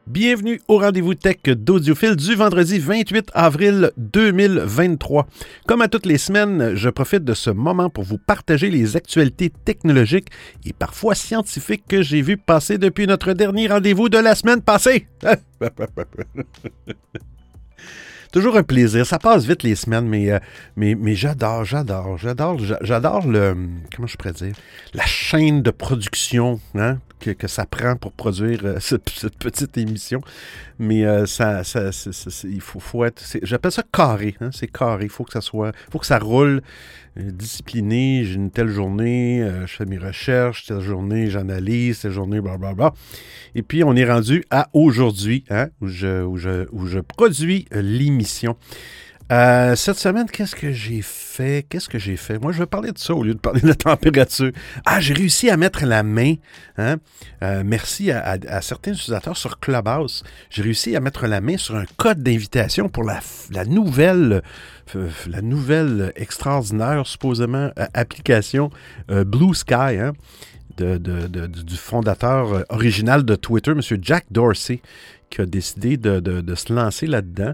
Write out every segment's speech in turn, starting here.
Bienvenue au rendez-vous tech d'Audiophile du vendredi 28 avril 2023. Comme à toutes les semaines, je profite de ce moment pour vous partager les actualités technologiques et parfois scientifiques que j'ai vues passer depuis notre dernier rendez-vous de la semaine passée. Toujours un plaisir. Ça passe vite les semaines, mais j'adore le, comment je pourrais dire, la chaîne de production, hein, que ça prend pour produire cette petite émission. Mais il faut être, j'appelle ça carré, hein, c'est carré. Il faut que ça roule discipliné. J'ai une telle journée, je fais mes recherches, telle journée, j'analyse, telle journée, blablabla. Et puis, on est rendu à aujourd'hui, hein, où je produis l'émission. Cette semaine, qu'est-ce que j'ai fait? Moi, je vais parler de ça au lieu de parler de la température. J'ai réussi à mettre la main, hein? Merci à certains utilisateurs sur Clubhouse. J'ai réussi à mettre la main sur un code d'invitation pour la nouvelle extraordinaire, supposément, application Blue Sky, hein? Du fondateur original de Twitter, M. Jack Dorsey, qui a décidé de se lancer là-dedans.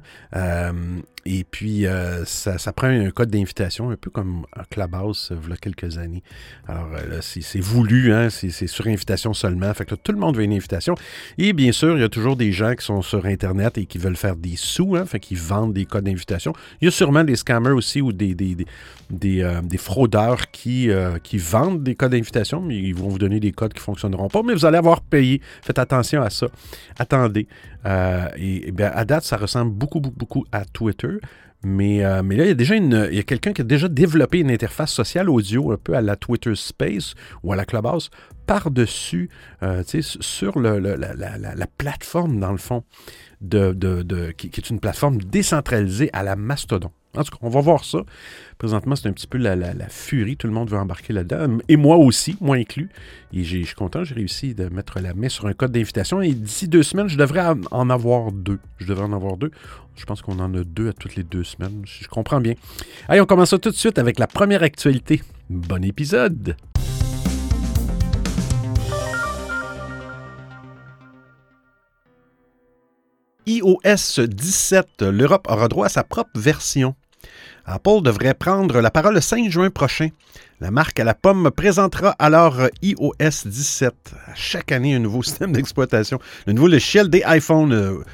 Et puis, ça prend un code d'invitation, un peu comme un Clubhouse, il y a quelques années. Alors là, c'est voulu, hein, c'est sur invitation seulement. Fait que là, tout le monde veut une invitation. Et bien sûr, il y a toujours des gens qui sont sur Internet et qui veulent faire des sous, hein, fait qu'ils vendent des codes d'invitation. Il y a sûrement des scammers aussi ou des fraudeurs qui vendent des codes d'invitation, mais ils vont vous donner des codes qui ne fonctionneront pas, mais vous allez avoir payé. Faites attention à ça. Attendez. Et bien, à date, ça ressemble beaucoup à Twitter. Mais là, il y a quelqu'un qui a déjà développé une interface sociale audio un peu à la Twitter Space ou à la Clubhouse par-dessus, sur la plateforme, dans le fond, qui est une plateforme décentralisée à la Mastodon. En tout cas, on va voir ça. Présentement, c'est un petit peu la furie. Tout le monde veut embarquer là-dedans. Et moi aussi, moi inclus. Et je suis content, j'ai réussi de mettre la main sur un code d'invitation. Et d'ici 2 semaines, je devrais en avoir 2. Je pense qu'on en a 2 à toutes les 2 semaines, si je comprends bien. Allez, on commence ça tout de suite avec la première actualité. Bon épisode! iOS 17, l'Europe aura droit à sa propre version. Apple devrait prendre la parole le 5 juin prochain. La marque à la pomme présentera alors iOS 17. À chaque année, un nouveau système d'exploitation. Le nouveau logiciel des iPhones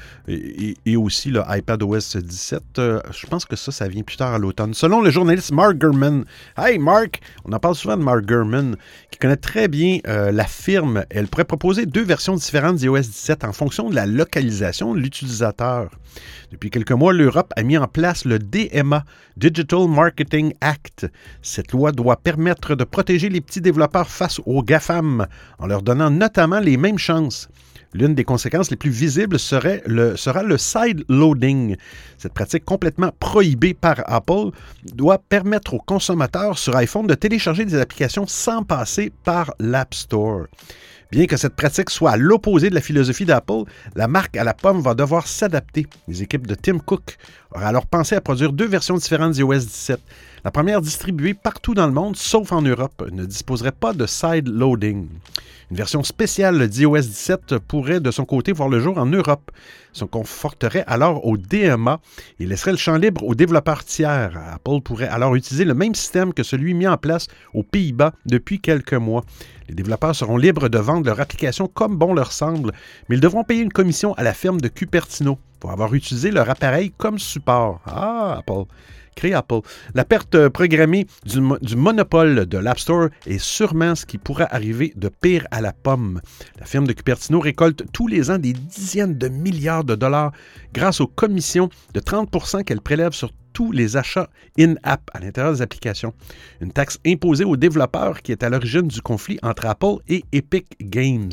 et aussi le iPadOS 17. Je pense que ça vient plus tard à l'automne. Selon le journaliste Mark Gurman. Hey Mark! On en parle souvent de Mark Gurman, qui connaît très bien la firme. Elle pourrait proposer 2 versions différentes d'iOS 17 en fonction de la localisation de l'utilisateur. Depuis quelques mois, l'Europe a mis en place le DMA, Digital Marketing Act. Cette loi doit permettre de protéger les petits développeurs face aux GAFAM, en leur donnant notamment les mêmes chances. L'une des conséquences les plus visibles sera le side loading. Cette pratique complètement prohibée par Apple doit permettre aux consommateurs sur iPhone de télécharger des applications sans passer par l'App Store. Bien que cette pratique soit à l'opposé de la philosophie d'Apple, la marque à la pomme va devoir s'adapter. Les équipes de Tim Cook auraient alors pensé à produire 2 versions différentes d'iOS 17. La première, distribuée partout dans le monde, sauf en Europe, ne disposerait pas de side loading. Une version spéciale d'iOS 17 pourrait de son côté voir le jour en Europe. Se conforterait alors au DMA et laisserait le champ libre aux développeurs tiers. Apple pourrait alors utiliser le même système que celui mis en place aux Pays-Bas depuis quelques mois. Les développeurs seront libres de vendre leur application comme bon leur semble, mais ils devront payer une commission à la firme de Cupertino pour avoir utilisé leur appareil comme support. Apple. Apple. La perte programmée du monopole de l'App Store est sûrement ce qui pourrait arriver de pire à la pomme. La firme de Cupertino récolte tous les ans des dizaines de milliards de dollars grâce aux commissions de 30% qu'elle prélève sur tous les achats in-app à l'intérieur des applications. Une taxe imposée aux développeurs qui est à l'origine du conflit entre Apple et Epic Games.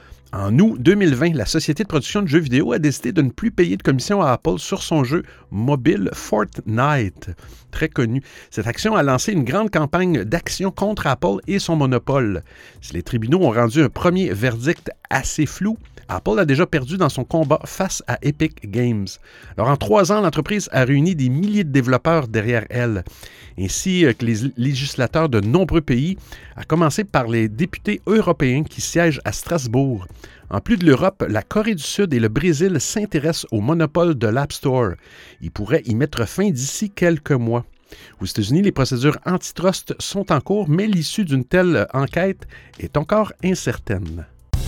En août 2020, la société de production de jeux vidéo a décidé de ne plus payer de commission à Apple sur son jeu mobile Fortnite, très connu. Cette action a lancé une grande campagne d'action contre Apple et son monopole. Si les tribunaux ont rendu un premier verdict assez flou, Apple a déjà perdu dans son combat face à Epic Games. Alors, en 3 ans, l'entreprise a réuni des milliers de développeurs derrière elle, ainsi que les législateurs de nombreux pays, à commencer par les députés européens qui siègent à Strasbourg. En plus de l'Europe, la Corée du Sud et le Brésil s'intéressent au monopole de l'App Store. Ils pourraient y mettre fin d'ici quelques mois. Aux États-Unis, les procédures antitrust sont en cours, mais l'issue d'une telle enquête est encore incertaine.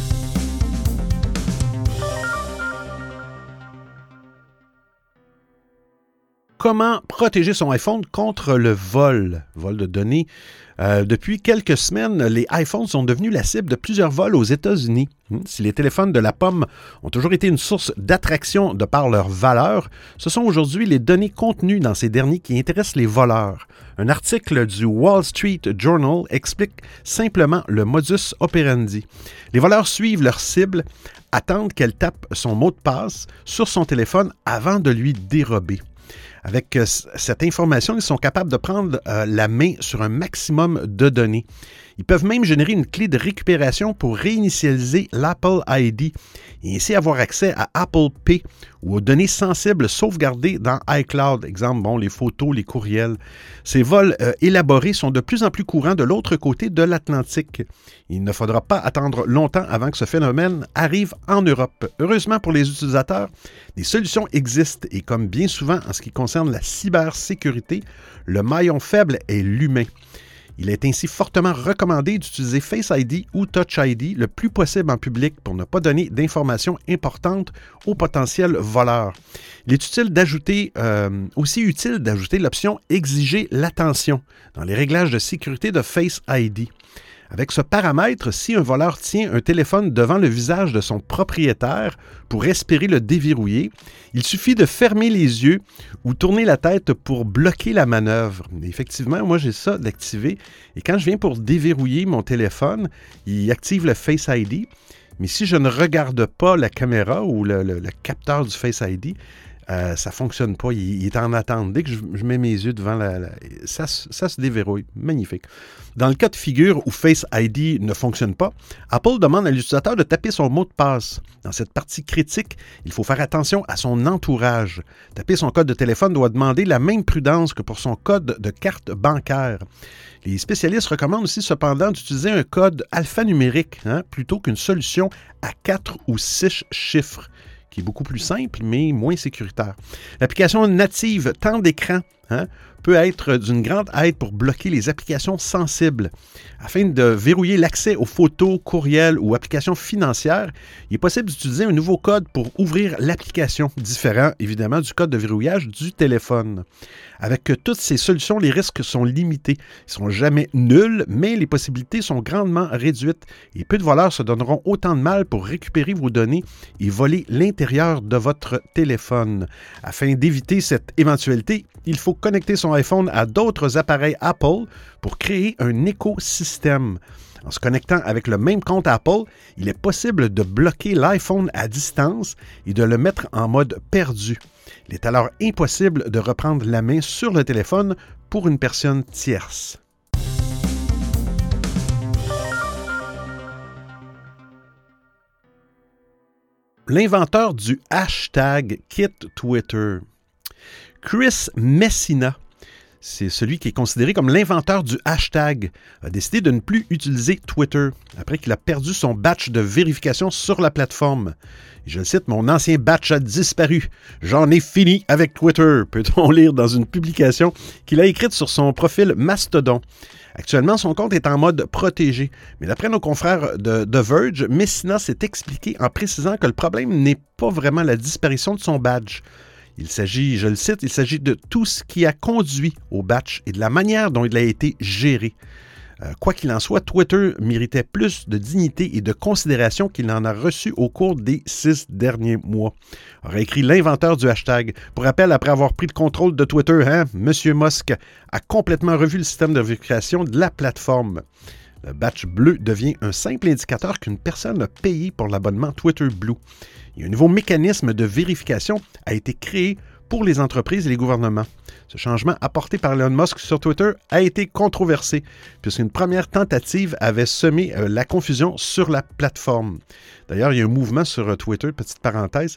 Comment protéger son iPhone contre le vol de données? Depuis quelques semaines, les iPhones sont devenus la cible de plusieurs vols aux États-Unis. Si les téléphones de la pomme ont toujours été une source d'attraction de par leur valeur, ce sont aujourd'hui les données contenues dans ces derniers qui intéressent les voleurs. Un article du Wall Street Journal explique simplement le modus operandi. Les voleurs suivent leur cible, attendent qu'elle tape son mot de passe sur son téléphone avant de lui dérober. Avec cette information, ils sont capables de prendre la main sur un maximum de données. Ils peuvent même générer une clé de récupération pour réinitialiser l'Apple ID et ainsi avoir accès à Apple Pay ou aux données sensibles sauvegardées dans iCloud. Exemple, les photos, les courriels. Ces vols élaborés sont de plus en plus courants de l'autre côté de l'Atlantique. Il ne faudra pas attendre longtemps avant que ce phénomène arrive en Europe. Heureusement pour les utilisateurs, des solutions existent et comme bien souvent en ce qui concerne la cybersécurité, le maillon faible est l'humain. Il est ainsi fortement recommandé d'utiliser Face ID ou Touch ID le plus possible en public pour ne pas donner d'informations importantes aux potentiels voleurs. Il est aussi utile d'ajouter l'option « Exiger l'attention » dans les réglages de sécurité de Face ID. Avec ce paramètre, si un voleur tient un téléphone devant le visage de son propriétaire pour espérer le déverrouiller, il suffit de fermer les yeux ou tourner la tête pour bloquer la manœuvre. Effectivement, moi j'ai ça d'activer et quand je viens pour déverrouiller mon téléphone, il active le Face ID, mais si je ne regarde pas la caméra ou le capteur du Face ID, ça ne fonctionne pas, il est en attente. Dès que je mets mes yeux devant ça se déverrouille. Magnifique. Dans le cas de figure où Face ID ne fonctionne pas, Apple demande à l'utilisateur de taper son mot de passe. Dans cette partie critique, il faut faire attention à son entourage. Taper son code de téléphone doit demander la même prudence que pour son code de carte bancaire. Les spécialistes recommandent aussi cependant d'utiliser un code alphanumérique plutôt qu'une solution à 4 ou 6 chiffres, qui est beaucoup plus simple, mais moins sécuritaire. L'application native temps d'écran peut être d'une grande aide pour bloquer les applications sensibles. Afin de verrouiller l'accès aux photos, courriels ou applications financières, il est possible d'utiliser un nouveau code pour ouvrir l'application, différent évidemment du code de verrouillage du téléphone. Avec toutes ces solutions, les risques sont limités. Ils ne sont jamais nuls, mais les possibilités sont grandement réduites et peu de voleurs se donneront autant de mal pour récupérer vos données et voler l'intérieur de votre téléphone. Afin d'éviter cette éventualité, il faut connecter son iPhone à d'autres appareils Apple pour créer un écosystème. En se connectant avec le même compte Apple, il est possible de bloquer l'iPhone à distance et de le mettre en mode perdu. Il est alors impossible de reprendre la main sur le téléphone pour une personne tierce. L'inventeur du hashtag quitte Twitter. Chris Messina, c'est celui qui est considéré comme l'inventeur du hashtag, a décidé de ne plus utiliser Twitter après qu'il a perdu son badge de vérification sur la plateforme. Et je le cite, « Mon ancien badge a disparu. J'en ai fini avec Twitter », peut-on lire dans une publication qu'il a écrite sur son profil Mastodon. Actuellement, son compte est en mode protégé. Mais d'après nos confrères de The Verge, Messina s'est expliqué en précisant que le problème n'est pas vraiment la disparition de son badge. Il s'agit, je le cite, il s'agit de tout ce qui a conduit au badge et de la manière dont il a été géré. Quoi qu'il en soit, Twitter méritait plus de dignité et de considération qu'il n'en a reçu au cours des 6 derniers mois, aurait écrit l'inventeur du hashtag. Pour rappel, après avoir pris le contrôle de Twitter, M. Musk a complètement revu le système de vérification de la plateforme. Le badge bleu devient un simple indicateur qu'une personne a payé pour l'abonnement Twitter Blue. Et un nouveau mécanisme de vérification a été créé pour les entreprises et les gouvernements. Ce changement apporté par Elon Musk sur Twitter a été controversé, puisqu'une première tentative avait semé la confusion sur la plateforme. D'ailleurs, il y a un mouvement sur Twitter, petite parenthèse,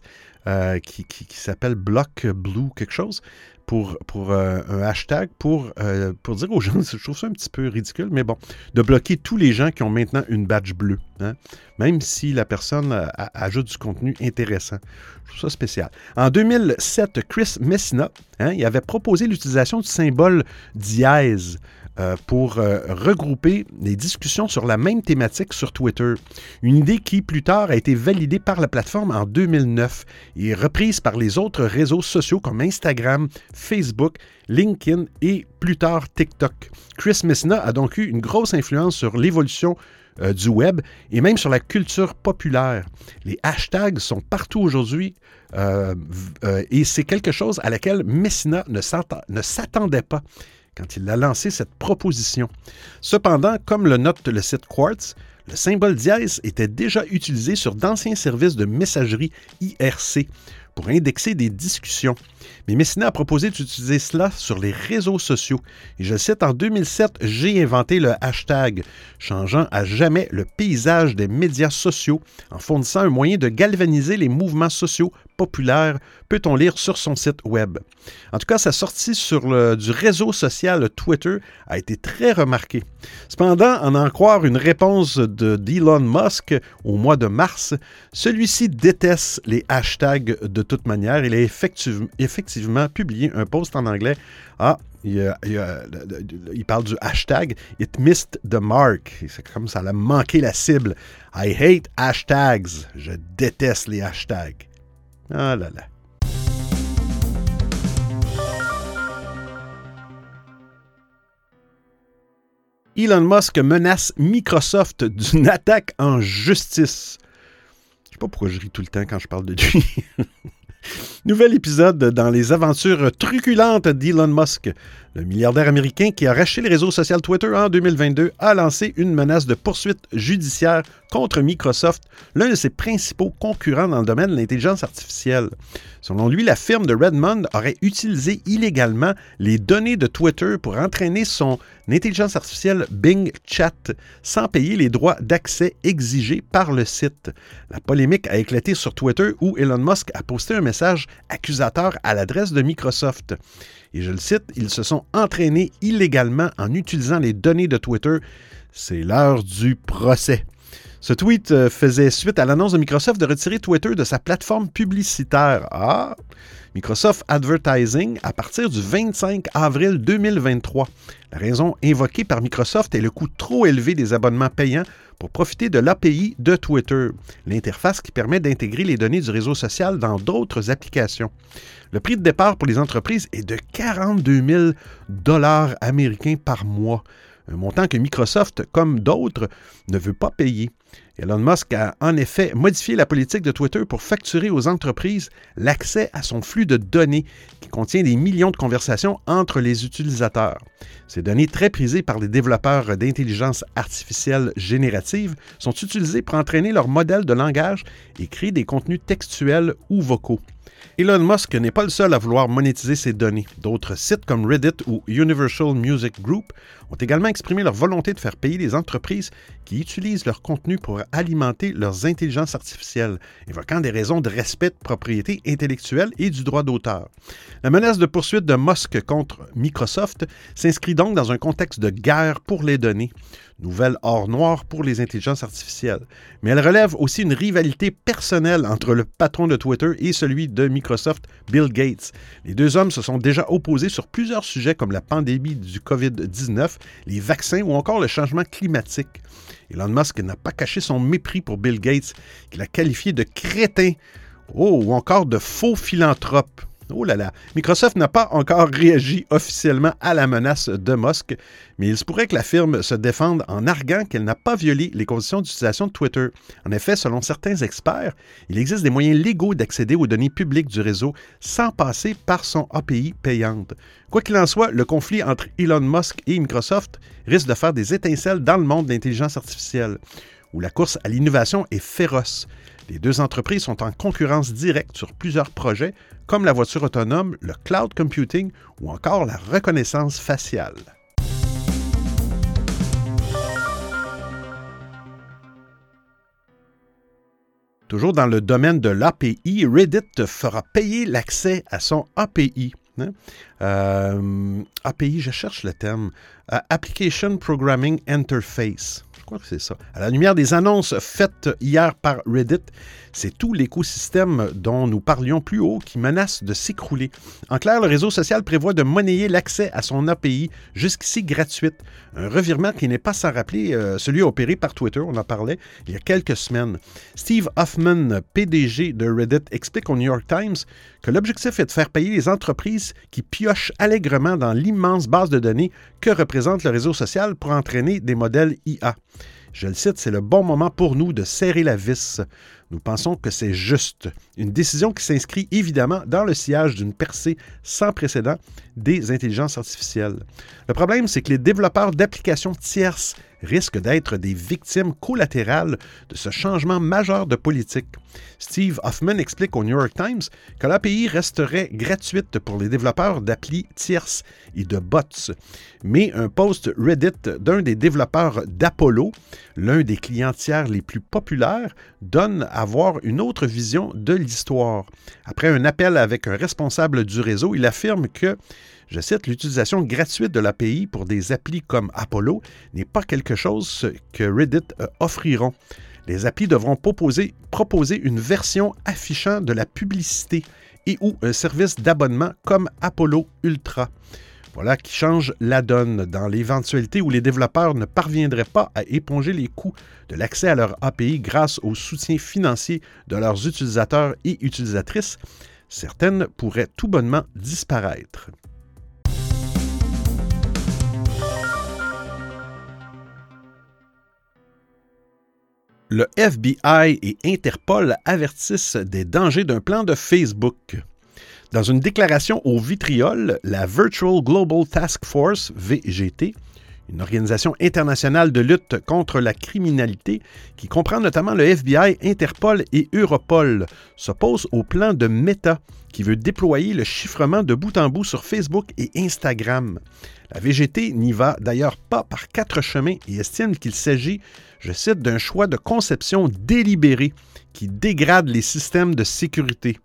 qui s'appelle Block Blue quelque chose, pour un hashtag pour dire aux gens, je trouve ça un petit peu ridicule, mais bon, de bloquer tous les gens qui ont maintenant une badge bleue, hein, même si la personne ajoute du contenu intéressant. Je trouve ça spécial. En 2007, Chris Messina, il avait proposé l'utilisation du symbole dièse pour regrouper les discussions sur la même thématique sur Twitter. Une idée qui, plus tard, a été validée par la plateforme en 2009 et reprise par les autres réseaux sociaux comme Instagram, Facebook, LinkedIn et plus tard TikTok. Chris Messina a donc eu une grosse influence sur l'évolution du web et même sur la culture populaire. Les hashtags sont partout aujourd'hui et c'est quelque chose à laquelle Messina ne s'attendait pas quand il a lancé cette proposition. Cependant, comme le note le site Quartz, le symbole dièse était déjà utilisé sur d'anciens services de messagerie IRC pour indexer des discussions. Mais Messina a proposé d'utiliser cela sur les réseaux sociaux. Et je cite, en 2007, j'ai inventé le hashtag, changeant à jamais le paysage des médias sociaux en fournissant un moyen de galvaniser les mouvements sociaux populaires, peut-on lire sur son site web. En tout cas, sa sortie du réseau social Twitter a été très remarquée. Cependant, en croire une réponse d'Elon Musk au mois de mars, celui-ci déteste les hashtags de toute manière. Il a effectivement publié un post en anglais. Il parle du hashtag « It missed the mark ». C'est comme ça a manqué la cible. « I hate hashtags ». Je déteste les hashtags. Ah là là. Elon Musk menace Microsoft d'une attaque en justice. Je ne sais pas pourquoi je ris tout le temps quand je parle de lui. Nouvel épisode dans les aventures truculentes d'Elon Musk. Le milliardaire américain qui a racheté le réseau social Twitter en 2022 a lancé une menace de poursuite judiciaire contre Microsoft, l'un de ses principaux concurrents dans le domaine de l'intelligence artificielle. Selon lui, la firme de Redmond aurait utilisé illégalement les données de Twitter pour entraîner son intelligence artificielle Bing Chat sans payer les droits d'accès exigés par le site. La polémique a éclaté sur Twitter où Elon Musk a posté un message accusateur à l'adresse de Microsoft. Et je le cite, « Ils se sont entraînés illégalement en utilisant les données de Twitter. C'est l'heure du procès. » Ce tweet faisait suite à l'annonce de Microsoft de retirer Twitter de sa plateforme publicitaire. Microsoft Advertising à partir du 25 avril 2023. La raison invoquée par Microsoft est le coût trop élevé des abonnements payants pour profiter de l'API de Twitter, l'interface qui permet d'intégrer les données du réseau social dans d'autres applications. Le prix de départ pour les entreprises est de 42 000 $ américains par mois, un montant que Microsoft, comme d'autres, ne veut pas payer. Elon Musk a en effet modifié la politique de Twitter pour facturer aux entreprises l'accès à son flux de données qui contient des millions de conversations entre les utilisateurs. Ces données très prisées par les développeurs d'intelligence artificielle générative sont utilisées pour entraîner leur modèle de langage et créer des contenus textuels ou vocaux. Elon Musk n'est pas le seul à vouloir monétiser ces données. D'autres sites comme Reddit ou Universal Music Group ont également exprimé leur volonté de faire payer les entreprises qui utilisent leur contenu pour alimenter leurs intelligences artificielles, évoquant des raisons de respect de propriété intellectuelle et du droit d'auteur. La menace de poursuite de Musk contre Microsoft s'inscrit donc dans un contexte de guerre pour les données. Nouvelle or noire pour les intelligences artificielles. Mais elle relève aussi une rivalité personnelle entre le patron de Twitter et celui de Microsoft, Bill Gates. Les deux hommes se sont déjà opposés sur plusieurs sujets comme la pandémie du COVID-19, les vaccins ou encore le changement climatique. Elon Musk n'a pas caché son mépris pour Bill Gates, qu'il a qualifié de crétin ou encore de faux philanthrope. Oh là là! Microsoft n'a pas encore réagi officiellement à la menace de Musk, mais il se pourrait que la firme se défende en arguant qu'elle n'a pas violé les conditions d'utilisation de Twitter. En effet, selon certains experts, il existe des moyens légaux d'accéder aux données publiques du réseau sans passer par son API payante. Quoi qu'il en soit, le conflit entre Elon Musk et Microsoft risque de faire des étincelles dans le monde de l'intelligence artificielle, où la course à l'innovation est féroce. Les deux entreprises sont en concurrence directe sur plusieurs projets, comme la voiture autonome, le cloud computing ou encore la reconnaissance faciale. Toujours dans le domaine de l'API, Reddit fera payer l'accès à son API. API, je cherche le terme. Application Programming Interface. Je crois que c'est ça. À la lumière des annonces faites hier par Reddit, c'est tout l'écosystème dont nous parlions plus haut qui menace de s'écrouler. En clair, le réseau social prévoit de monnayer l'accès à son API, jusqu'ici gratuite. Un revirement qui n'est pas sans rappeler celui opéré par Twitter, on en parlait il y a quelques semaines. Steve Huffman, PDG de Reddit, explique au New York Times que l'objectif est de faire payer les entreprises qui piochent allègrement dans l'immense base de données que représente le réseau social pour entraîner des modèles IA. Je le cite, c'est le bon moment pour nous de serrer la vis. Nous pensons que c'est juste. Une décision qui s'inscrit évidemment dans le sillage d'une percée sans précédent des intelligences artificielles. Le problème, c'est que les développeurs d'applications tierces risquent d'être des victimes collatérales de ce changement majeur de politique. Steve Huffman explique au New York Times que l'API resterait gratuite pour les développeurs d'applis tierces et de bots. Mais un post Reddit d'un des développeurs d'Apollo, l'un des clients tiers les plus populaires, donne à voir une autre vision de l'histoire. Après un appel avec un responsable du réseau, il affirme que, je cite, l'utilisation gratuite de l'API pour des applis comme Apollo n'est pas quelque chose que Reddit offriront. Les applis devront proposer une version affichant de la publicité et ou un service d'abonnement comme Apollo Ultra. Voilà qui change la donne dans l'éventualité où les développeurs ne parviendraient pas à éponger les coûts de l'accès à leur API grâce au soutien financier de leurs utilisateurs et utilisatrices. Certaines pourraient tout bonnement disparaître. Le FBI et Interpol avertissent des dangers d'un plan de Facebook. Dans une déclaration au vitriol, la Virtual Global Task Force, VGT, une organisation internationale de lutte contre la criminalité qui comprend notamment le FBI, Interpol et Europol, s'oppose au plan de Meta qui veut déployer le chiffrement de bout en bout sur Facebook et Instagram. La VGT n'y va d'ailleurs pas par quatre chemins et estime qu'il s'agit, je cite, d'un choix de conception délibéré qui dégrade les systèmes de sécurité.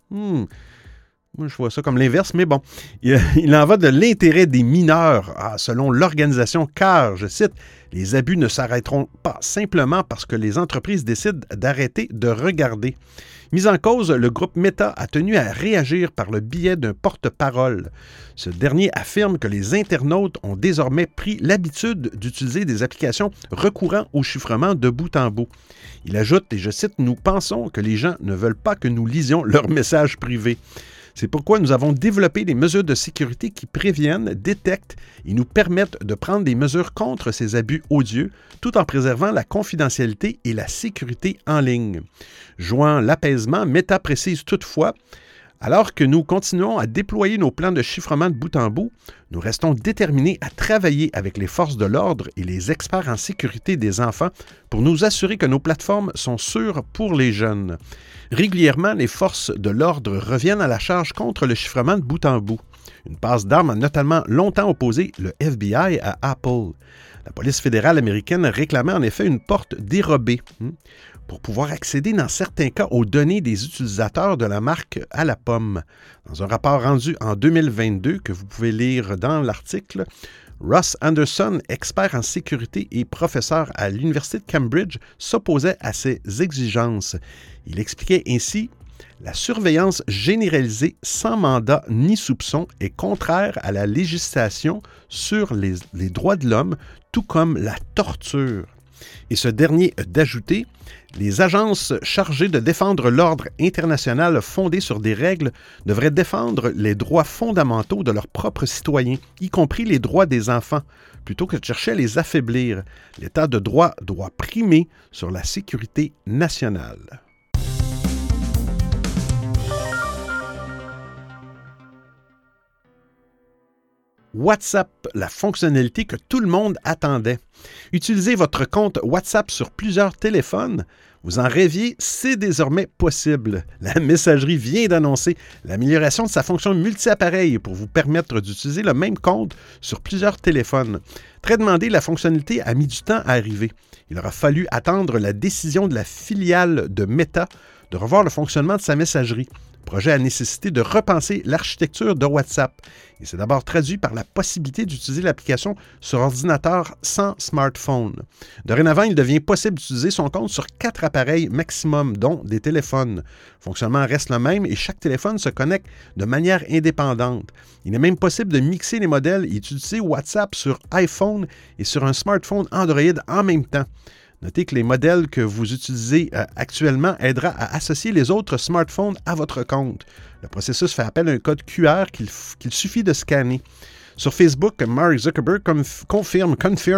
Moi, je vois ça comme l'inverse, mais bon. Il en va de l'intérêt des mineurs, selon l'organisation, car, je cite, les abus ne s'arrêteront pas simplement parce que les entreprises décident d'arrêter de regarder. Mis en cause, le groupe Meta a tenu à réagir par le biais d'un porte-parole. Ce dernier affirme que les internautes ont désormais pris l'habitude d'utiliser des applications recourant au chiffrement de bout en bout. Il ajoute, et je cite, « Nous pensons que les gens ne veulent pas que nous lisions leurs messages privés. C'est pourquoi nous avons développé des mesures de sécurité qui préviennent, détectent et nous permettent de prendre des mesures contre ces abus odieux, tout en préservant la confidentialité et la sécurité en ligne. » Jouant l'apaisement, Meta précise toutefois, alors que nous continuons à déployer nos plans de chiffrement de bout en bout, nous restons déterminés à travailler avec les forces de l'ordre et les experts en sécurité des enfants pour nous assurer que nos plateformes sont sûres pour les jeunes. Régulièrement, les forces de l'ordre reviennent à la charge contre le chiffrement de bout en bout. Une passe d'armes a notamment longtemps opposé le FBI à Apple. La police fédérale américaine réclamait en effet une porte dérobée pour pouvoir accéder dans certains cas aux données des utilisateurs de la marque à la pomme. Dans un rapport rendu en 2022 que vous pouvez lire dans l'article, Ross Anderson, expert en sécurité et professeur à l'Université de Cambridge, s'opposait à ces exigences. Il expliquait ainsi « La surveillance généralisée sans mandat ni soupçon est contraire à la législation sur les droits de l'homme, tout comme la torture. » Et ce dernier d'ajouter « Les agences chargées de défendre l'ordre international fondé sur des règles devraient défendre les droits fondamentaux de leurs propres citoyens, y compris les droits des enfants, plutôt que de chercher à les affaiblir. L'État de droit doit primer sur la sécurité nationale. » WhatsApp, la fonctionnalité que tout le monde attendait. Utilisez votre compte WhatsApp sur plusieurs téléphones. Vous en rêviez, c'est désormais possible. La messagerie vient d'annoncer l'amélioration de sa fonction multi-appareil pour vous permettre d'utiliser le même compte sur plusieurs téléphones. Très demandée, la fonctionnalité a mis du temps à arriver. Il aura fallu attendre la décision de la filiale de Meta de revoir le fonctionnement de sa messagerie. Le projet a nécessité de repenser l'architecture de WhatsApp. Il s'est d'abord traduit par la possibilité d'utiliser l'application sur ordinateur sans smartphone. Dorénavant, il devient possible d'utiliser son compte sur 4 appareils maximum, dont des téléphones. Le fonctionnement reste le même et chaque téléphone se connecte de manière indépendante. Il est même possible de mixer les modèles et d'utiliser WhatsApp sur iPhone et sur un smartphone Android en même temps. Notez que les modèles que vous utilisez actuellement aidera à associer les autres smartphones à votre compte. Le processus fait appel à un code QR qu'il suffit de scanner. Sur Facebook, Mark Zuckerberg confirme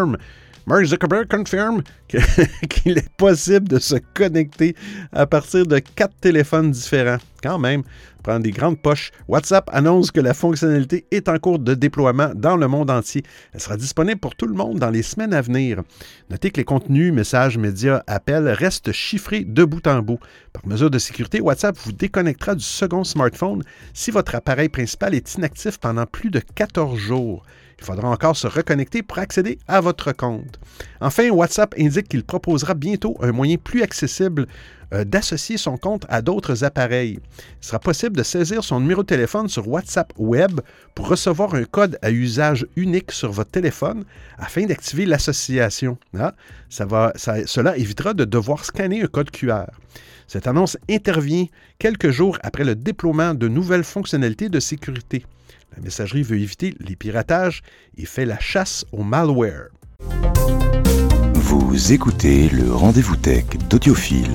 qu'il est possible de se connecter à partir de 4 téléphones différents. Quand même, prendre des grandes poches. WhatsApp annonce que la fonctionnalité est en cours de déploiement dans le monde entier. Elle sera disponible pour tout le monde dans les semaines à venir. Notez que les contenus, messages, médias, appels restent chiffrés de bout en bout. Par mesure de sécurité, WhatsApp vous déconnectera du second smartphone si votre appareil principal est inactif pendant plus de 14 jours. Il faudra encore se reconnecter pour accéder à votre compte. Enfin, WhatsApp indique qu'il proposera bientôt un moyen plus accessible d'associer son compte à d'autres appareils. Il sera possible de saisir son numéro de téléphone sur WhatsApp Web pour recevoir un code à usage unique sur votre téléphone afin d'activer l'association. Cela évitera de devoir scanner un code QR. Cette annonce intervient quelques jours après le déploiement de nouvelles fonctionnalités de sécurité. La messagerie veut éviter les piratages et fait la chasse au malware. Vous écoutez le Rendez-vous Tech d'Audiophile.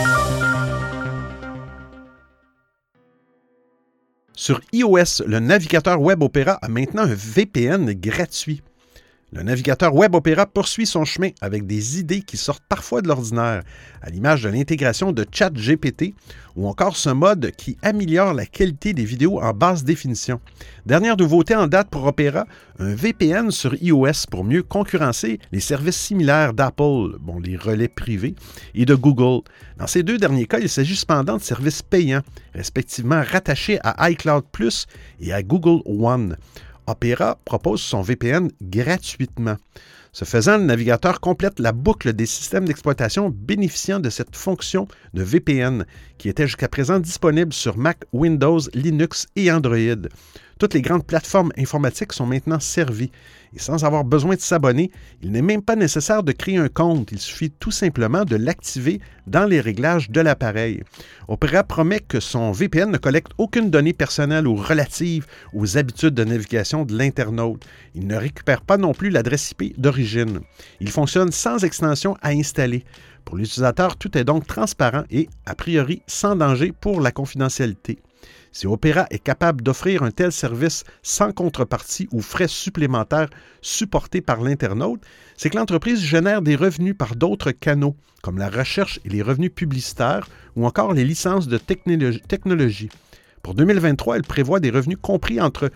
Sur iOS, le navigateur Web Opera a maintenant un VPN gratuit. Le navigateur Web Opera poursuit son chemin avec des idées qui sortent parfois de l'ordinaire, à l'image de l'intégration de ChatGPT ou encore ce mode qui améliore la qualité des vidéos en basse définition. Dernière nouveauté en date pour Opera, un VPN sur iOS pour mieux concurrencer les services similaires d'Apple, les relais privés, et de Google. Dans ces deux derniers cas, il s'agit cependant de services payants, respectivement rattachés à iCloud Plus et à Google One. Opera propose son VPN gratuitement. Ce faisant, le navigateur complète la boucle des systèmes d'exploitation bénéficiant de cette fonction de VPN qui était jusqu'à présent disponible sur Mac, Windows, Linux et Android. Toutes les grandes plateformes informatiques sont maintenant servies et sans avoir besoin de s'abonner, il n'est même pas nécessaire de créer un compte. Il suffit tout simplement de l'activer dans les réglages de l'appareil. Opera promet que son VPN ne collecte aucune donnée personnelle ou relative aux habitudes de navigation de l'internaute. Il ne récupère pas non plus l'adresse IP d'origine. Il fonctionne sans extension à installer. Pour l'utilisateur, tout est donc transparent et, a priori, sans danger pour la confidentialité. Si Opera est capable d'offrir un tel service sans contrepartie ou frais supplémentaires supportés par l'internaute, c'est que l'entreprise génère des revenus par d'autres canaux, comme la recherche et les revenus publicitaires ou encore les licences de technologie. Pour 2023, elle prévoit des revenus compris entre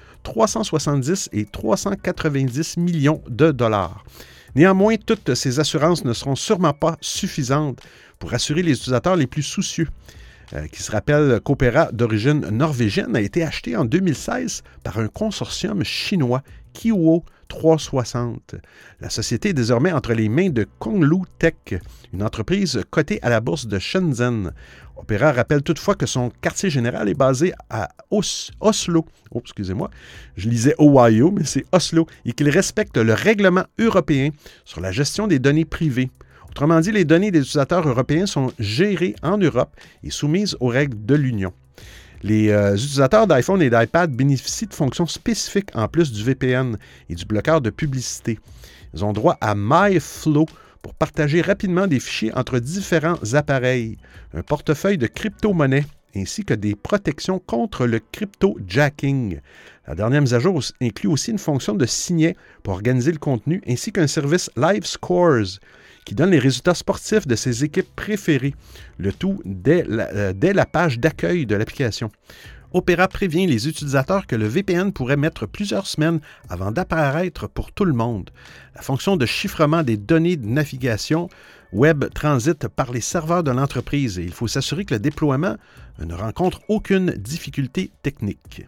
370 et 390 millions de dollars. Néanmoins, toutes ces assurances ne seront sûrement pas suffisantes pour assurer les utilisateurs les plus soucieux. Qui se rappelle qu'Opera, d'origine norvégienne, a été acheté en 2016 par un consortium chinois, Kiwo 360. La société est désormais entre les mains de Konglu Tech, une entreprise cotée à la bourse de Shenzhen. Opera rappelle toutefois que son quartier général est basé à Oslo. Oh, excusez-moi, je lisais Ohio, mais c'est Oslo, et qu'il respecte le règlement européen sur la gestion des données privées. Autrement dit, les données des utilisateurs européens sont gérées en Europe et soumises aux règles de l'Union. Les utilisateurs d'iPhone et d'iPad bénéficient de fonctions spécifiques en plus du VPN et du bloqueur de publicité. Ils ont droit à MyFlow pour partager rapidement des fichiers entre différents appareils, un portefeuille de crypto-monnaies ainsi que des protections contre le crypto-jacking. La dernière mise à jour inclut aussi une fonction de signet pour organiser le contenu ainsi qu'un service Live Scores qui donne les résultats sportifs de ses équipes préférées, le tout dès la page d'accueil de l'application. Opera prévient les utilisateurs que le VPN pourrait mettre plusieurs semaines avant d'apparaître pour tout le monde. La fonction de chiffrement des données de navigation web transite par les serveurs de l'entreprise et il faut s'assurer que le déploiement ne rencontre aucune difficulté technique.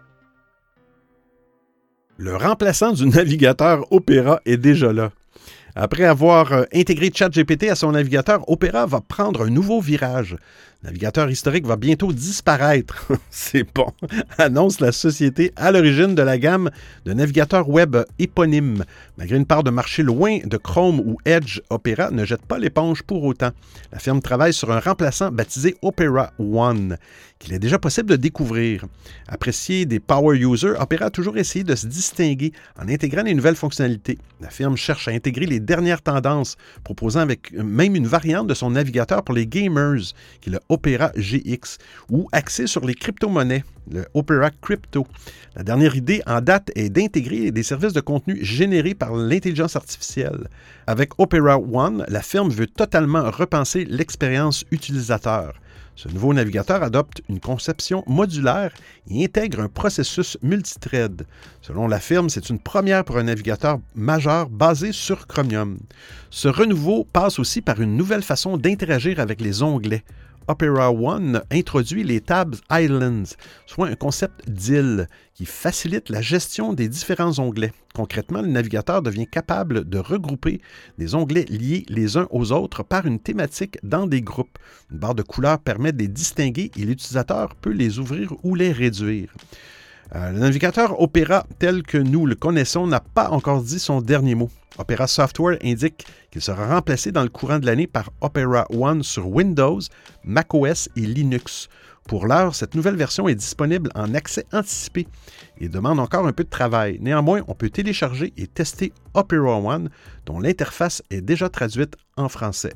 Le remplaçant du navigateur Opera est déjà là. Après avoir intégré ChatGPT à son navigateur, Opera va prendre un nouveau virage. Le navigateur historique va bientôt disparaître. C'est bon, annonce la société à l'origine de la gamme de navigateurs web éponymes. Malgré une part de marché loin de Chrome ou Edge, Opera ne jette pas l'éponge pour autant. La firme travaille sur un remplaçant baptisé Opera One, qu'il est déjà possible de découvrir. Apprécié des power users, Opera a toujours essayé de se distinguer en intégrant les nouvelles fonctionnalités. La firme cherche à intégrer les dernières tendances, proposant avec même une variante de son navigateur pour les gamers, qui est le Opera GX, ou axé sur les crypto-monnaies, le Opera Crypto. La dernière idée en date est d'intégrer des services de contenu générés par l'intelligence artificielle. Avec Opera One, la firme veut totalement repenser l'expérience utilisateur. Ce nouveau navigateur adopte une conception modulaire et intègre un processus multithread. Selon la firme, c'est une première pour un navigateur majeur basé sur Chromium. Ce renouveau passe aussi par une nouvelle façon d'interagir avec les onglets. Opera One introduit les Tabs Islands, soit un concept d'île qui facilite la gestion des différents onglets. Concrètement, le navigateur devient capable de regrouper des onglets liés les uns aux autres par une thématique dans des groupes. Une barre de couleurs permet de les distinguer et l'utilisateur peut les ouvrir ou les réduire. Le navigateur Opera tel que nous le connaissons n'a pas encore dit son dernier mot. Opera Software indique qu'il sera remplacé dans le courant de l'année par Opera One sur Windows, macOS et Linux. Pour l'heure, cette nouvelle version est disponible en accès anticipé et demande encore un peu de travail. Néanmoins, on peut télécharger et tester Opera One, dont l'interface est déjà traduite en français.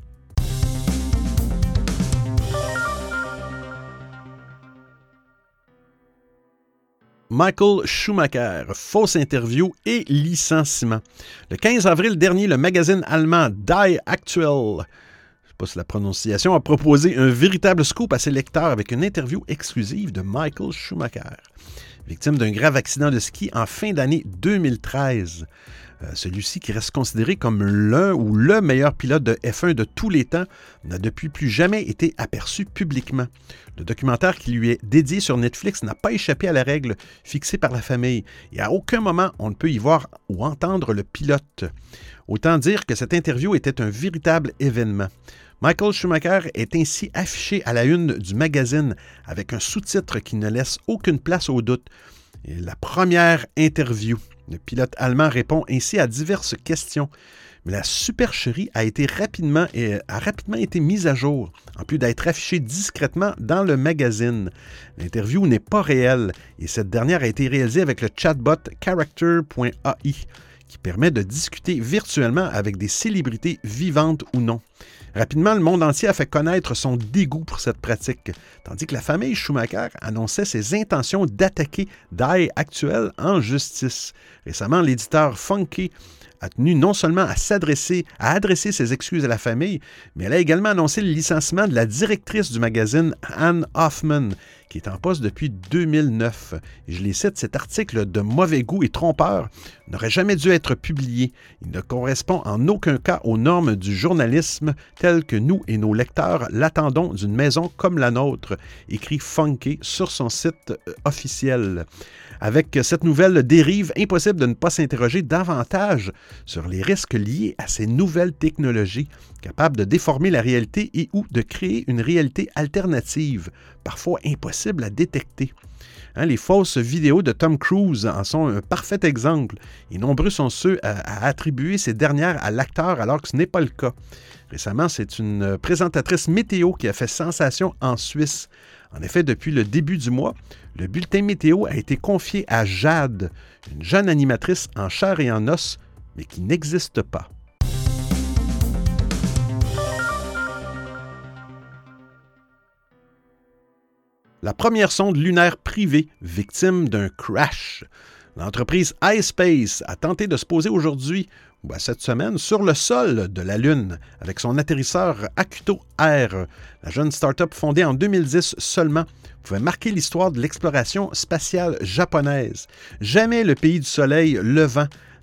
Michael Schumacher, fausse interview et licenciement. Le 15 avril dernier, le magazine allemand Die Aktuell, je ne sais pas si la prononciation, a proposé un véritable scoop à ses lecteurs avec une interview exclusive de Michael Schumacher, victime d'un grave accident de ski en fin d'année 2013. Celui-ci, qui reste considéré comme l'un ou le meilleur pilote de F1 de tous les temps, n'a depuis plus jamais été aperçu publiquement. Le documentaire qui lui est dédié sur Netflix n'a pas échappé à la règle fixée par la famille, et à aucun moment on ne peut y voir ou entendre le pilote. Autant dire que cette interview était un véritable événement. Michael Schumacher est ainsi affiché à la une du magazine avec un sous-titre qui ne laisse aucune place au doute. Et la première interview. Le pilote allemand répond ainsi à diverses questions, mais la supercherie a rapidement été mise à jour, en plus d'être affichée discrètement dans le magazine. L'interview n'est pas réelle et cette dernière a été réalisée avec le chatbot Character.ai, qui permet de discuter virtuellement avec des célébrités vivantes ou non. Rapidement, le monde entier a fait connaître son dégoût pour cette pratique, tandis que la famille Schumacher annonçait ses intentions d'attaquer Die Aktuell en justice. Récemment, l'éditeur Funky a tenu non seulement à adresser ses excuses à la famille, mais elle a également annoncé le licenciement de la directrice du magazine, Anne Hoffman, qui est en poste depuis 2009. Et je les cite, cet article de mauvais goût et trompeur n'aurait jamais dû être publié. Il ne correspond en aucun cas aux normes du journalisme telles que nous et nos lecteurs l'attendons d'une maison comme la nôtre, écrit Funky sur son site officiel. Avec cette nouvelle dérive, impossible de ne pas s'interroger davantage sur les risques liés à ces nouvelles technologies, capables de déformer la réalité et ou de créer une réalité alternative, parfois impossible à détecter. Les fausses vidéos de Tom Cruise en sont un parfait exemple, et nombreux sont ceux à attribuer ces dernières à l'acteur alors que ce n'est pas le cas. Récemment, c'est une présentatrice météo qui a fait sensation en Suisse. En effet, depuis le début du mois, le bulletin météo a été confié à Jade, une jeune animatrice en chair et en os, mais qui n'existe pas. La première sonde lunaire privée victime d'un crash. L'entreprise iSpace a tenté de se poser aujourd'hui, ou cette semaine, sur le sol de la Lune avec son atterrisseur Akuto R. La jeune start-up fondée en 2010 seulement pouvait marquer l'histoire de l'exploration spatiale japonaise. Jamais le pays du soleil levant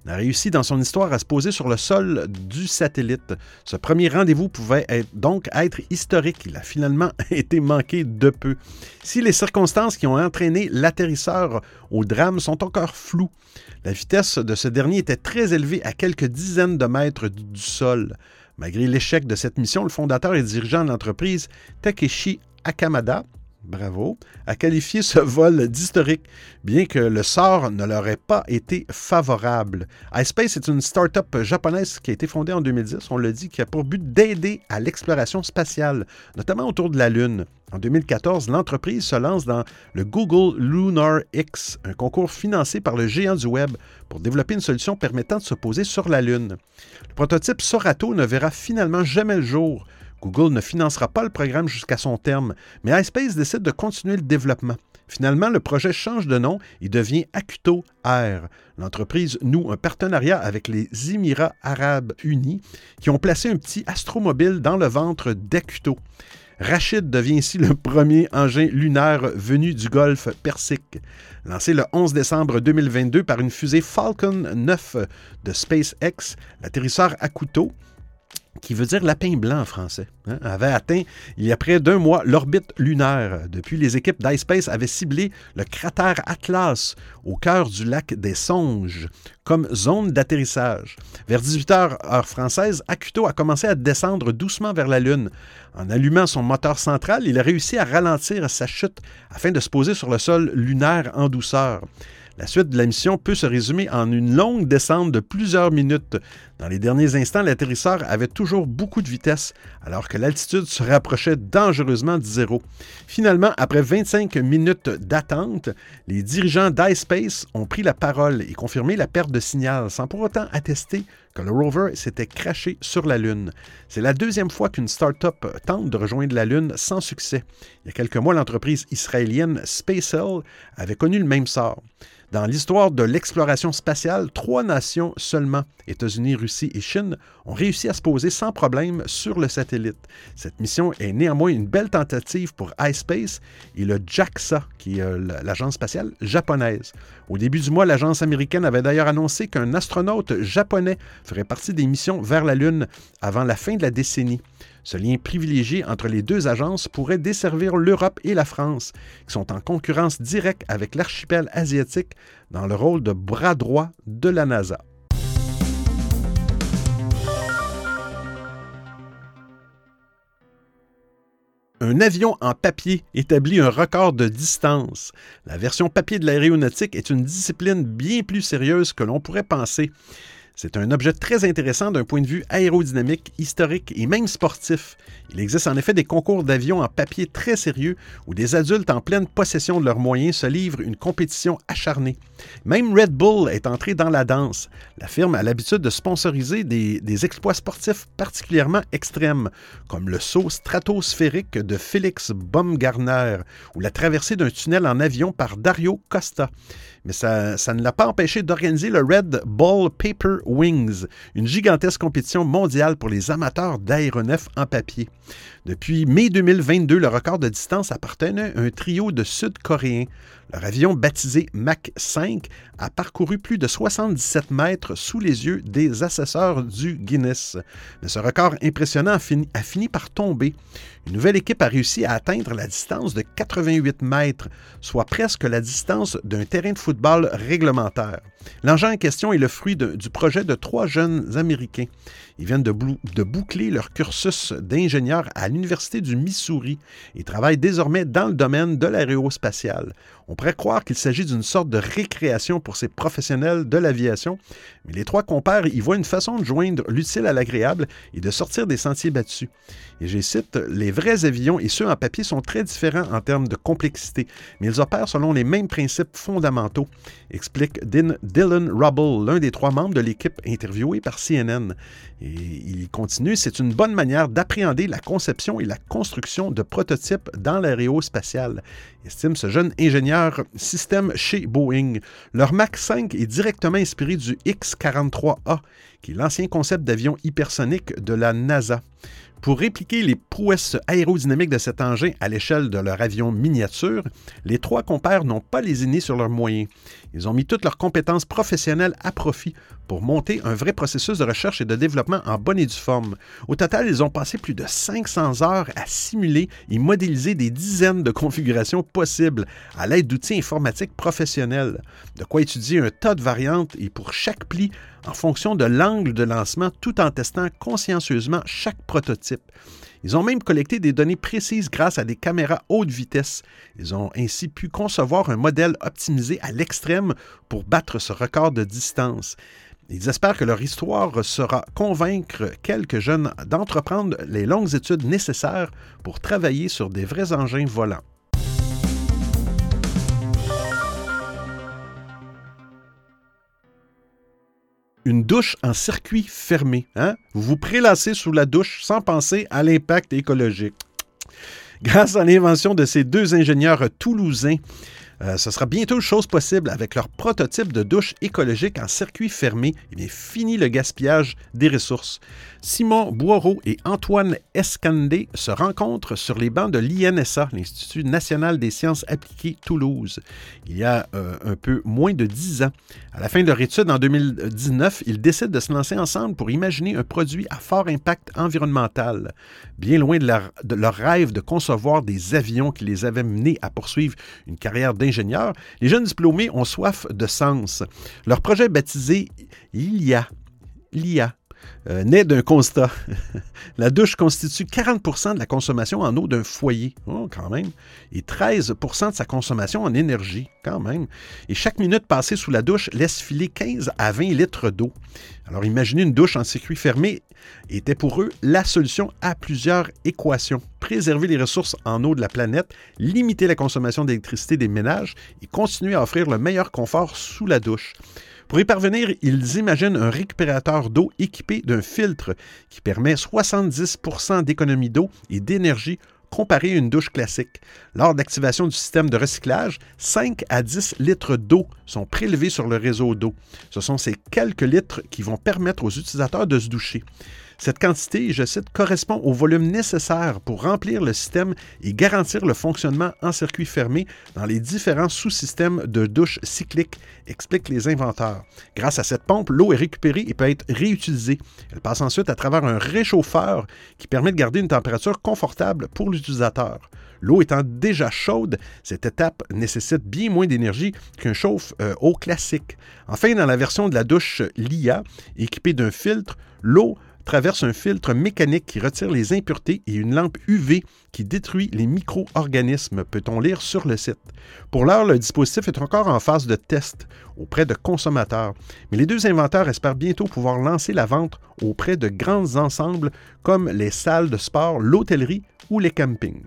a réussi dans son histoire à se poser sur le sol du satellite. Ce premier rendez-vous pouvait donc être historique. Il a finalement été manqué de peu. Si les circonstances qui ont entraîné l'atterrisseur au drame sont encore floues, la vitesse de ce dernier était très élevée à quelques dizaines de mètres du sol. Malgré l'échec de cette mission, le fondateur et dirigeant de l'entreprise, Takeshi Akamada, bravo, a qualifié ce vol d'historique, bien que le sort ne leur ait pas été favorable. iSpace est une start-up japonaise qui a été fondée en 2010, on l'a dit, qui a pour but d'aider à l'exploration spatiale, notamment autour de la Lune. En 2014, l'entreprise se lance dans le Google Lunar X, un concours financé par le géant du Web pour développer une solution permettant de se poser sur la Lune. Le prototype Sorato ne verra finalement jamais le jour. Google ne financera pas le programme jusqu'à son terme, mais iSpace décide de continuer le développement. Finalement, le projet change de nom et devient Akuto Air. L'entreprise noue un partenariat avec les Émirats arabes unis qui ont placé un petit astromobile dans le ventre d'Akuto. Rachid devient ici le premier engin lunaire venu du golfe Persique. Lancé le 11 décembre 2022 par une fusée Falcon 9 de SpaceX, l'atterrisseur Akuto, qui veut dire lapin blanc en français, avait atteint il y a près d'un mois l'orbite lunaire. Depuis, les équipes d'iSpace avaient ciblé le cratère Atlas au cœur du lac des Songes comme zone d'atterrissage. Vers 18h heure française, Akuto a commencé à descendre doucement vers la Lune. En allumant son moteur central, il a réussi à ralentir sa chute afin de se poser sur le sol lunaire en douceur. La suite de la mission peut se résumer en une longue descente de plusieurs minutes. Dans les derniers instants, l'atterrisseur avait toujours beaucoup de vitesse, alors que l'altitude se rapprochait dangereusement du zéro. Finalement, après 25 minutes d'attente, les dirigeants d'iSpace ont pris la parole et confirmé la perte de signal, sans pour autant attester que le rover s'était crashé sur la Lune. C'est la deuxième fois qu'une start-up tente de rejoindre la Lune sans succès. Il y a quelques mois, l'entreprise israélienne SpaceX avait connu le même sort. Dans l'histoire de l'exploration spatiale, 3 nations seulement, États-Unis, Russie et Chine, ont réussi à se poser sans problème sur le satellite. Cette mission est néanmoins une belle tentative pour iSpace et le JAXA, qui est l'agence spatiale japonaise. Au début du mois, l'agence américaine avait d'ailleurs annoncé qu'un astronaute japonais ferait partie des missions vers la Lune avant la fin de la décennie. Ce lien privilégié entre les deux agences pourrait desservir l'Europe et la France, qui sont en concurrence directe avec l'archipel asiatique dans le rôle de bras droit de la NASA. Un avion en papier établit un record de distance. La version papier de l'aéronautique est une discipline bien plus sérieuse que l'on pourrait penser. C'est un objet très intéressant d'un point de vue aérodynamique, historique et même sportif. Il existe en effet des concours d'avions en papier très sérieux où des adultes en pleine possession de leurs moyens se livrent une compétition acharnée. Même Red Bull est entré dans la danse. La firme a l'habitude de sponsoriser des exploits sportifs particulièrement extrêmes, comme le saut stratosphérique de Félix Baumgartner ou la traversée d'un tunnel en avion par Dario Costa. Mais ça ne l'a pas empêché d'organiser le Red Bull Paper Wings, une gigantesque compétition mondiale pour les amateurs d'aéronefs en papier. Depuis mai 2022, le record de distance appartenait à un trio de Sud-Coréens. Leur avion, baptisé Mach 5, a parcouru plus de 77 mètres sous les yeux des assesseurs du Guinness. Mais ce record impressionnant a fini par tomber. Une nouvelle équipe a réussi à atteindre la distance de 88 mètres, soit presque la distance d'un terrain de football réglementaire. L'engin en question est le fruit du projet de 3 jeunes Américains. Ils viennent de boucler leur cursus d'ingénieur à l'Université du Missouri et travaillent désormais dans le domaine de l'aérospatiale. On pourrait croire qu'il s'agit d'une sorte de récréation pour ces professionnels de l'aviation, mais les 3 compères y voient une façon de joindre l'utile à l'agréable et de sortir des sentiers battus. Et je cite, « Les vrais avions et ceux en papier sont très différents en termes de complexité, mais ils opèrent selon les mêmes principes fondamentaux », explique Dylan Rubble, l'un des 3 membres de l'équipe interviewé par CNN. Et il continue, « C'est une bonne manière d'appréhender la conception et la construction de prototypes dans l'aérospatiale », estime ce jeune ingénieur système chez Boeing. Leur Mach 5 est directement inspiré du X-43A, qui est l'ancien concept d'avion hypersonique de la NASA. Pour répliquer les prouesses aérodynamiques de cet engin à l'échelle de leur avion miniature, les 3 compères n'ont pas lésiné sur leurs moyens. Ils ont mis toutes leurs compétences professionnelles à profit pour monter un vrai processus de recherche et de développement en bonne et due forme. Au total, ils ont passé plus de 500 heures à simuler et modéliser des dizaines de configurations possibles à l'aide d'outils informatiques professionnels. De quoi étudier un tas de variantes et pour chaque pli en fonction de l'angle de lancement tout en testant consciencieusement chaque prototype. Ils ont même collecté des données précises grâce à des caméras haute vitesse. Ils ont ainsi pu concevoir un modèle optimisé à l'extrême pour battre ce record de distance. Ils espèrent que leur histoire saura convaincre quelques jeunes d'entreprendre les longues études nécessaires pour travailler sur des vrais engins volants. Une douche en circuit fermé. Hein? Vous vous prélassez sous la douche sans penser à l'impact écologique. Grâce à l'invention de ces 2 ingénieurs toulousains, ce sera bientôt chose possible avec leur prototype de douche écologique en circuit fermé. Eh bien, fini le gaspillage des ressources. Simon Boireau et Antoine Escandé se rencontrent sur les bancs de l'INSA, l'Institut national des sciences appliquées Toulouse, il y a un peu moins de 10 ans. À la fin de leur étude en 2019, ils décident de se lancer ensemble pour imaginer un produit à fort impact environnemental. Bien loin de leur rêve de concevoir des avions qui les avaient menés à poursuivre une carrière d'ingénieur, les jeunes diplômés ont soif de sens. Leur projet baptisé l'IA naît d'un constat. La douche constitue 40% de la consommation en eau d'un foyer, quand même, et 13% de sa consommation en énergie, quand même. Et chaque minute passée sous la douche laisse filer 15 à 20 litres d'eau. Alors imaginez une douche en circuit fermé était pour eux la solution à plusieurs équations. Préserver les ressources en eau de la planète, limiter la consommation d'électricité des ménages et continuer à offrir le meilleur confort sous la douche. Pour y parvenir, ils imaginent un récupérateur d'eau équipé d'un filtre qui permet 70% d'économie d'eau et d'énergie comparé à une douche classique. Lors d'activation du système de recyclage, 5 à 10 litres d'eau sont prélevés sur le réseau d'eau. Ce sont ces quelques litres qui vont permettre aux utilisateurs de se doucher. Cette quantité, je cite, correspond au volume nécessaire pour remplir le système et garantir le fonctionnement en circuit fermé dans les différents sous-systèmes de douche cyclique, expliquent les inventeurs. Grâce à cette pompe, l'eau est récupérée et peut être réutilisée. Elle passe ensuite à travers un réchauffeur qui permet de garder une température confortable pour l'utilisateur. L'eau étant déjà chaude, cette étape nécessite bien moins d'énergie qu'un chauffe-eau classique. Enfin, dans la version de la douche LIA, équipée d'un filtre, l'eau traverse un filtre mécanique qui retire les impuretés et une lampe UV qui détruit les micro-organismes, peut-on lire sur le site. Pour l'heure, le dispositif est encore en phase de test auprès de consommateurs, mais les 2 inventeurs espèrent bientôt pouvoir lancer la vente auprès de grands ensembles comme les salles de sport, l'hôtellerie ou les campings.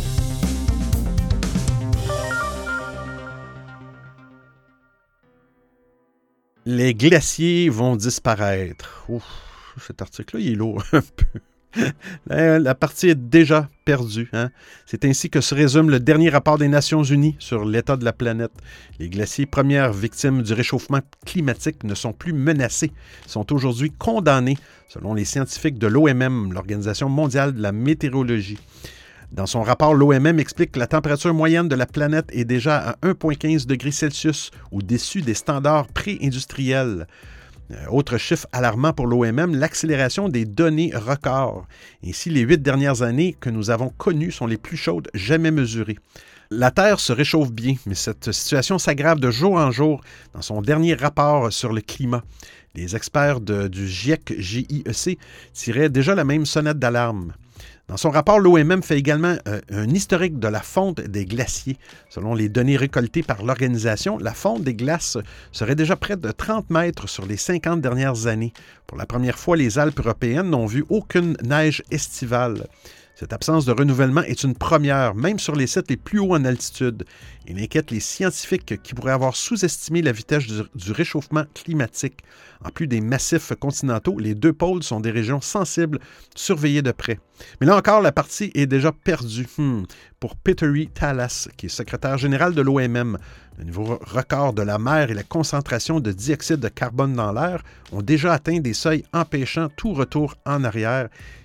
Les glaciers vont disparaître. Ouf. Cet article-là, il est lourd un peu. La partie est déjà perdue. Hein? C'est ainsi que se résume le dernier rapport des Nations Unies sur l'état de la planète. Les glaciers, premières victimes du réchauffement climatique, ne sont plus menacés. Ils sont aujourd'hui condamnés, selon les scientifiques de l'OMM, l'Organisation mondiale de la météorologie. Dans son rapport, l'OMM explique que la température moyenne de la planète est déjà à 1,15 degrés Celsius, au-dessus des standards pré-industriels. Autre chiffre alarmant pour l'OMM, l'accélération des données records. Ainsi, les 8 dernières années que nous avons connues sont les plus chaudes jamais mesurées. La Terre se réchauffe bien, mais cette situation s'aggrave de jour en jour dans son dernier rapport sur le climat. Les experts du GIEC tiraient déjà la même sonnette d'alarme. Dans son rapport, l'OMM fait également un historique de la fonte des glaciers. Selon les données récoltées par l'organisation, la fonte des glaces serait déjà près de 30 mètres sur les 50 dernières années. Pour la première fois, les Alpes européennes n'ont vu aucune neige estivale. Cette absence de renouvellement est une première, même sur les sites les plus hauts en altitude. Il inquiète les scientifiques qui pourraient avoir sous-estimé la vitesse du réchauffement climatique. En plus des massifs continentaux, les 2 pôles sont des régions sensibles, surveillées de près. Mais là encore, la partie est déjà perdue. Pour Petteri Talas, qui est secrétaire général de l'OMM, le niveau record de la mer et la concentration de dioxyde de carbone dans l'air ont déjà atteint des seuils empêchant tout retour en arrière.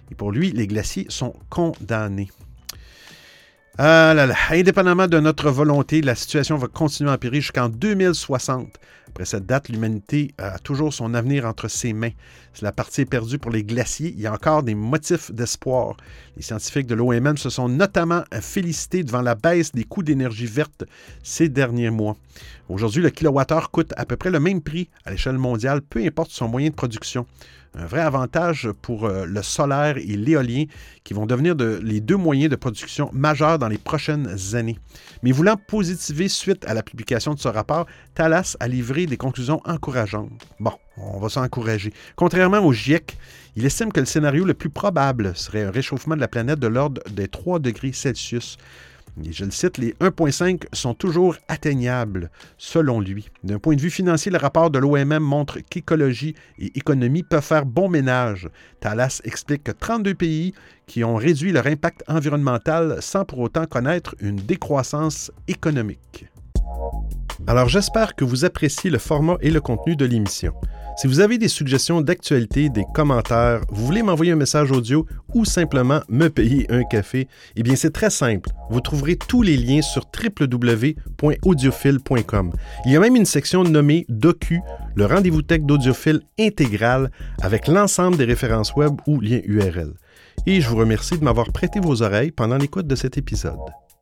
Et pour lui, les glaciers sont condamnés. Ah là là, indépendamment de notre volonté, la situation va continuer à empirer jusqu'en 2060. Après cette date, l'humanité a toujours son avenir entre ses mains. Si la partie est perdue pour les glaciers, il y a encore des motifs d'espoir. Les scientifiques de l'OMM se sont notamment félicités devant la baisse des coûts d'énergie verte ces derniers mois. Aujourd'hui, le kilowattheure coûte à peu près le même prix à l'échelle mondiale, peu importe son moyen de production. Un vrai avantage pour le solaire et l'éolien qui vont devenir les deux moyens de production majeurs dans les prochaines années. Mais voulant positiver suite à la publication de ce rapport, Thales a livré des conclusions encourageantes. Bon, on va s'encourager. Contrairement au GIEC, il estime que le scénario le plus probable serait un réchauffement de la planète de l'ordre des 3 degrés Celsius. Et je le cite, les 1,5 sont toujours atteignables, selon lui. D'un point de vue financier, le rapport de l'OMM montre qu'écologie et économie peuvent faire bon ménage. Thales explique que 32 pays qui ont réduit leur impact environnemental sans pour autant connaître une décroissance économique. Alors j'espère que vous appréciez le format et le contenu de l'émission. Si vous avez des suggestions d'actualité, des commentaires, vous voulez m'envoyer un message audio ou simplement me payer un café, eh bien c'est très simple. Vous trouverez tous les liens sur www.audiophile.com. Il y a même une section nommée Docu, le rendez-vous tech d'Audiophile intégral avec l'ensemble des références web ou liens URL. Et je vous remercie de m'avoir prêté vos oreilles pendant l'écoute de cet épisode.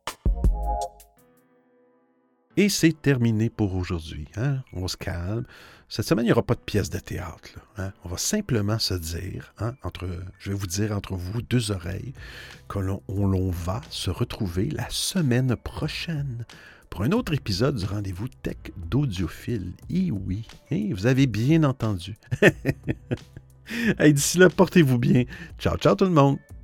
Et c'est terminé pour aujourd'hui. Hein? On se calme. Cette semaine, il n'y aura pas de pièce de théâtre. Là, hein? On va simplement se dire, hein, je vais vous dire entre vous deux oreilles, que l'on va se retrouver la semaine prochaine pour un autre épisode du rendez-vous tech d'Audiophile. Et oui, hein, vous avez bien entendu. Hey, d'ici là, portez-vous bien. Ciao, ciao tout le monde.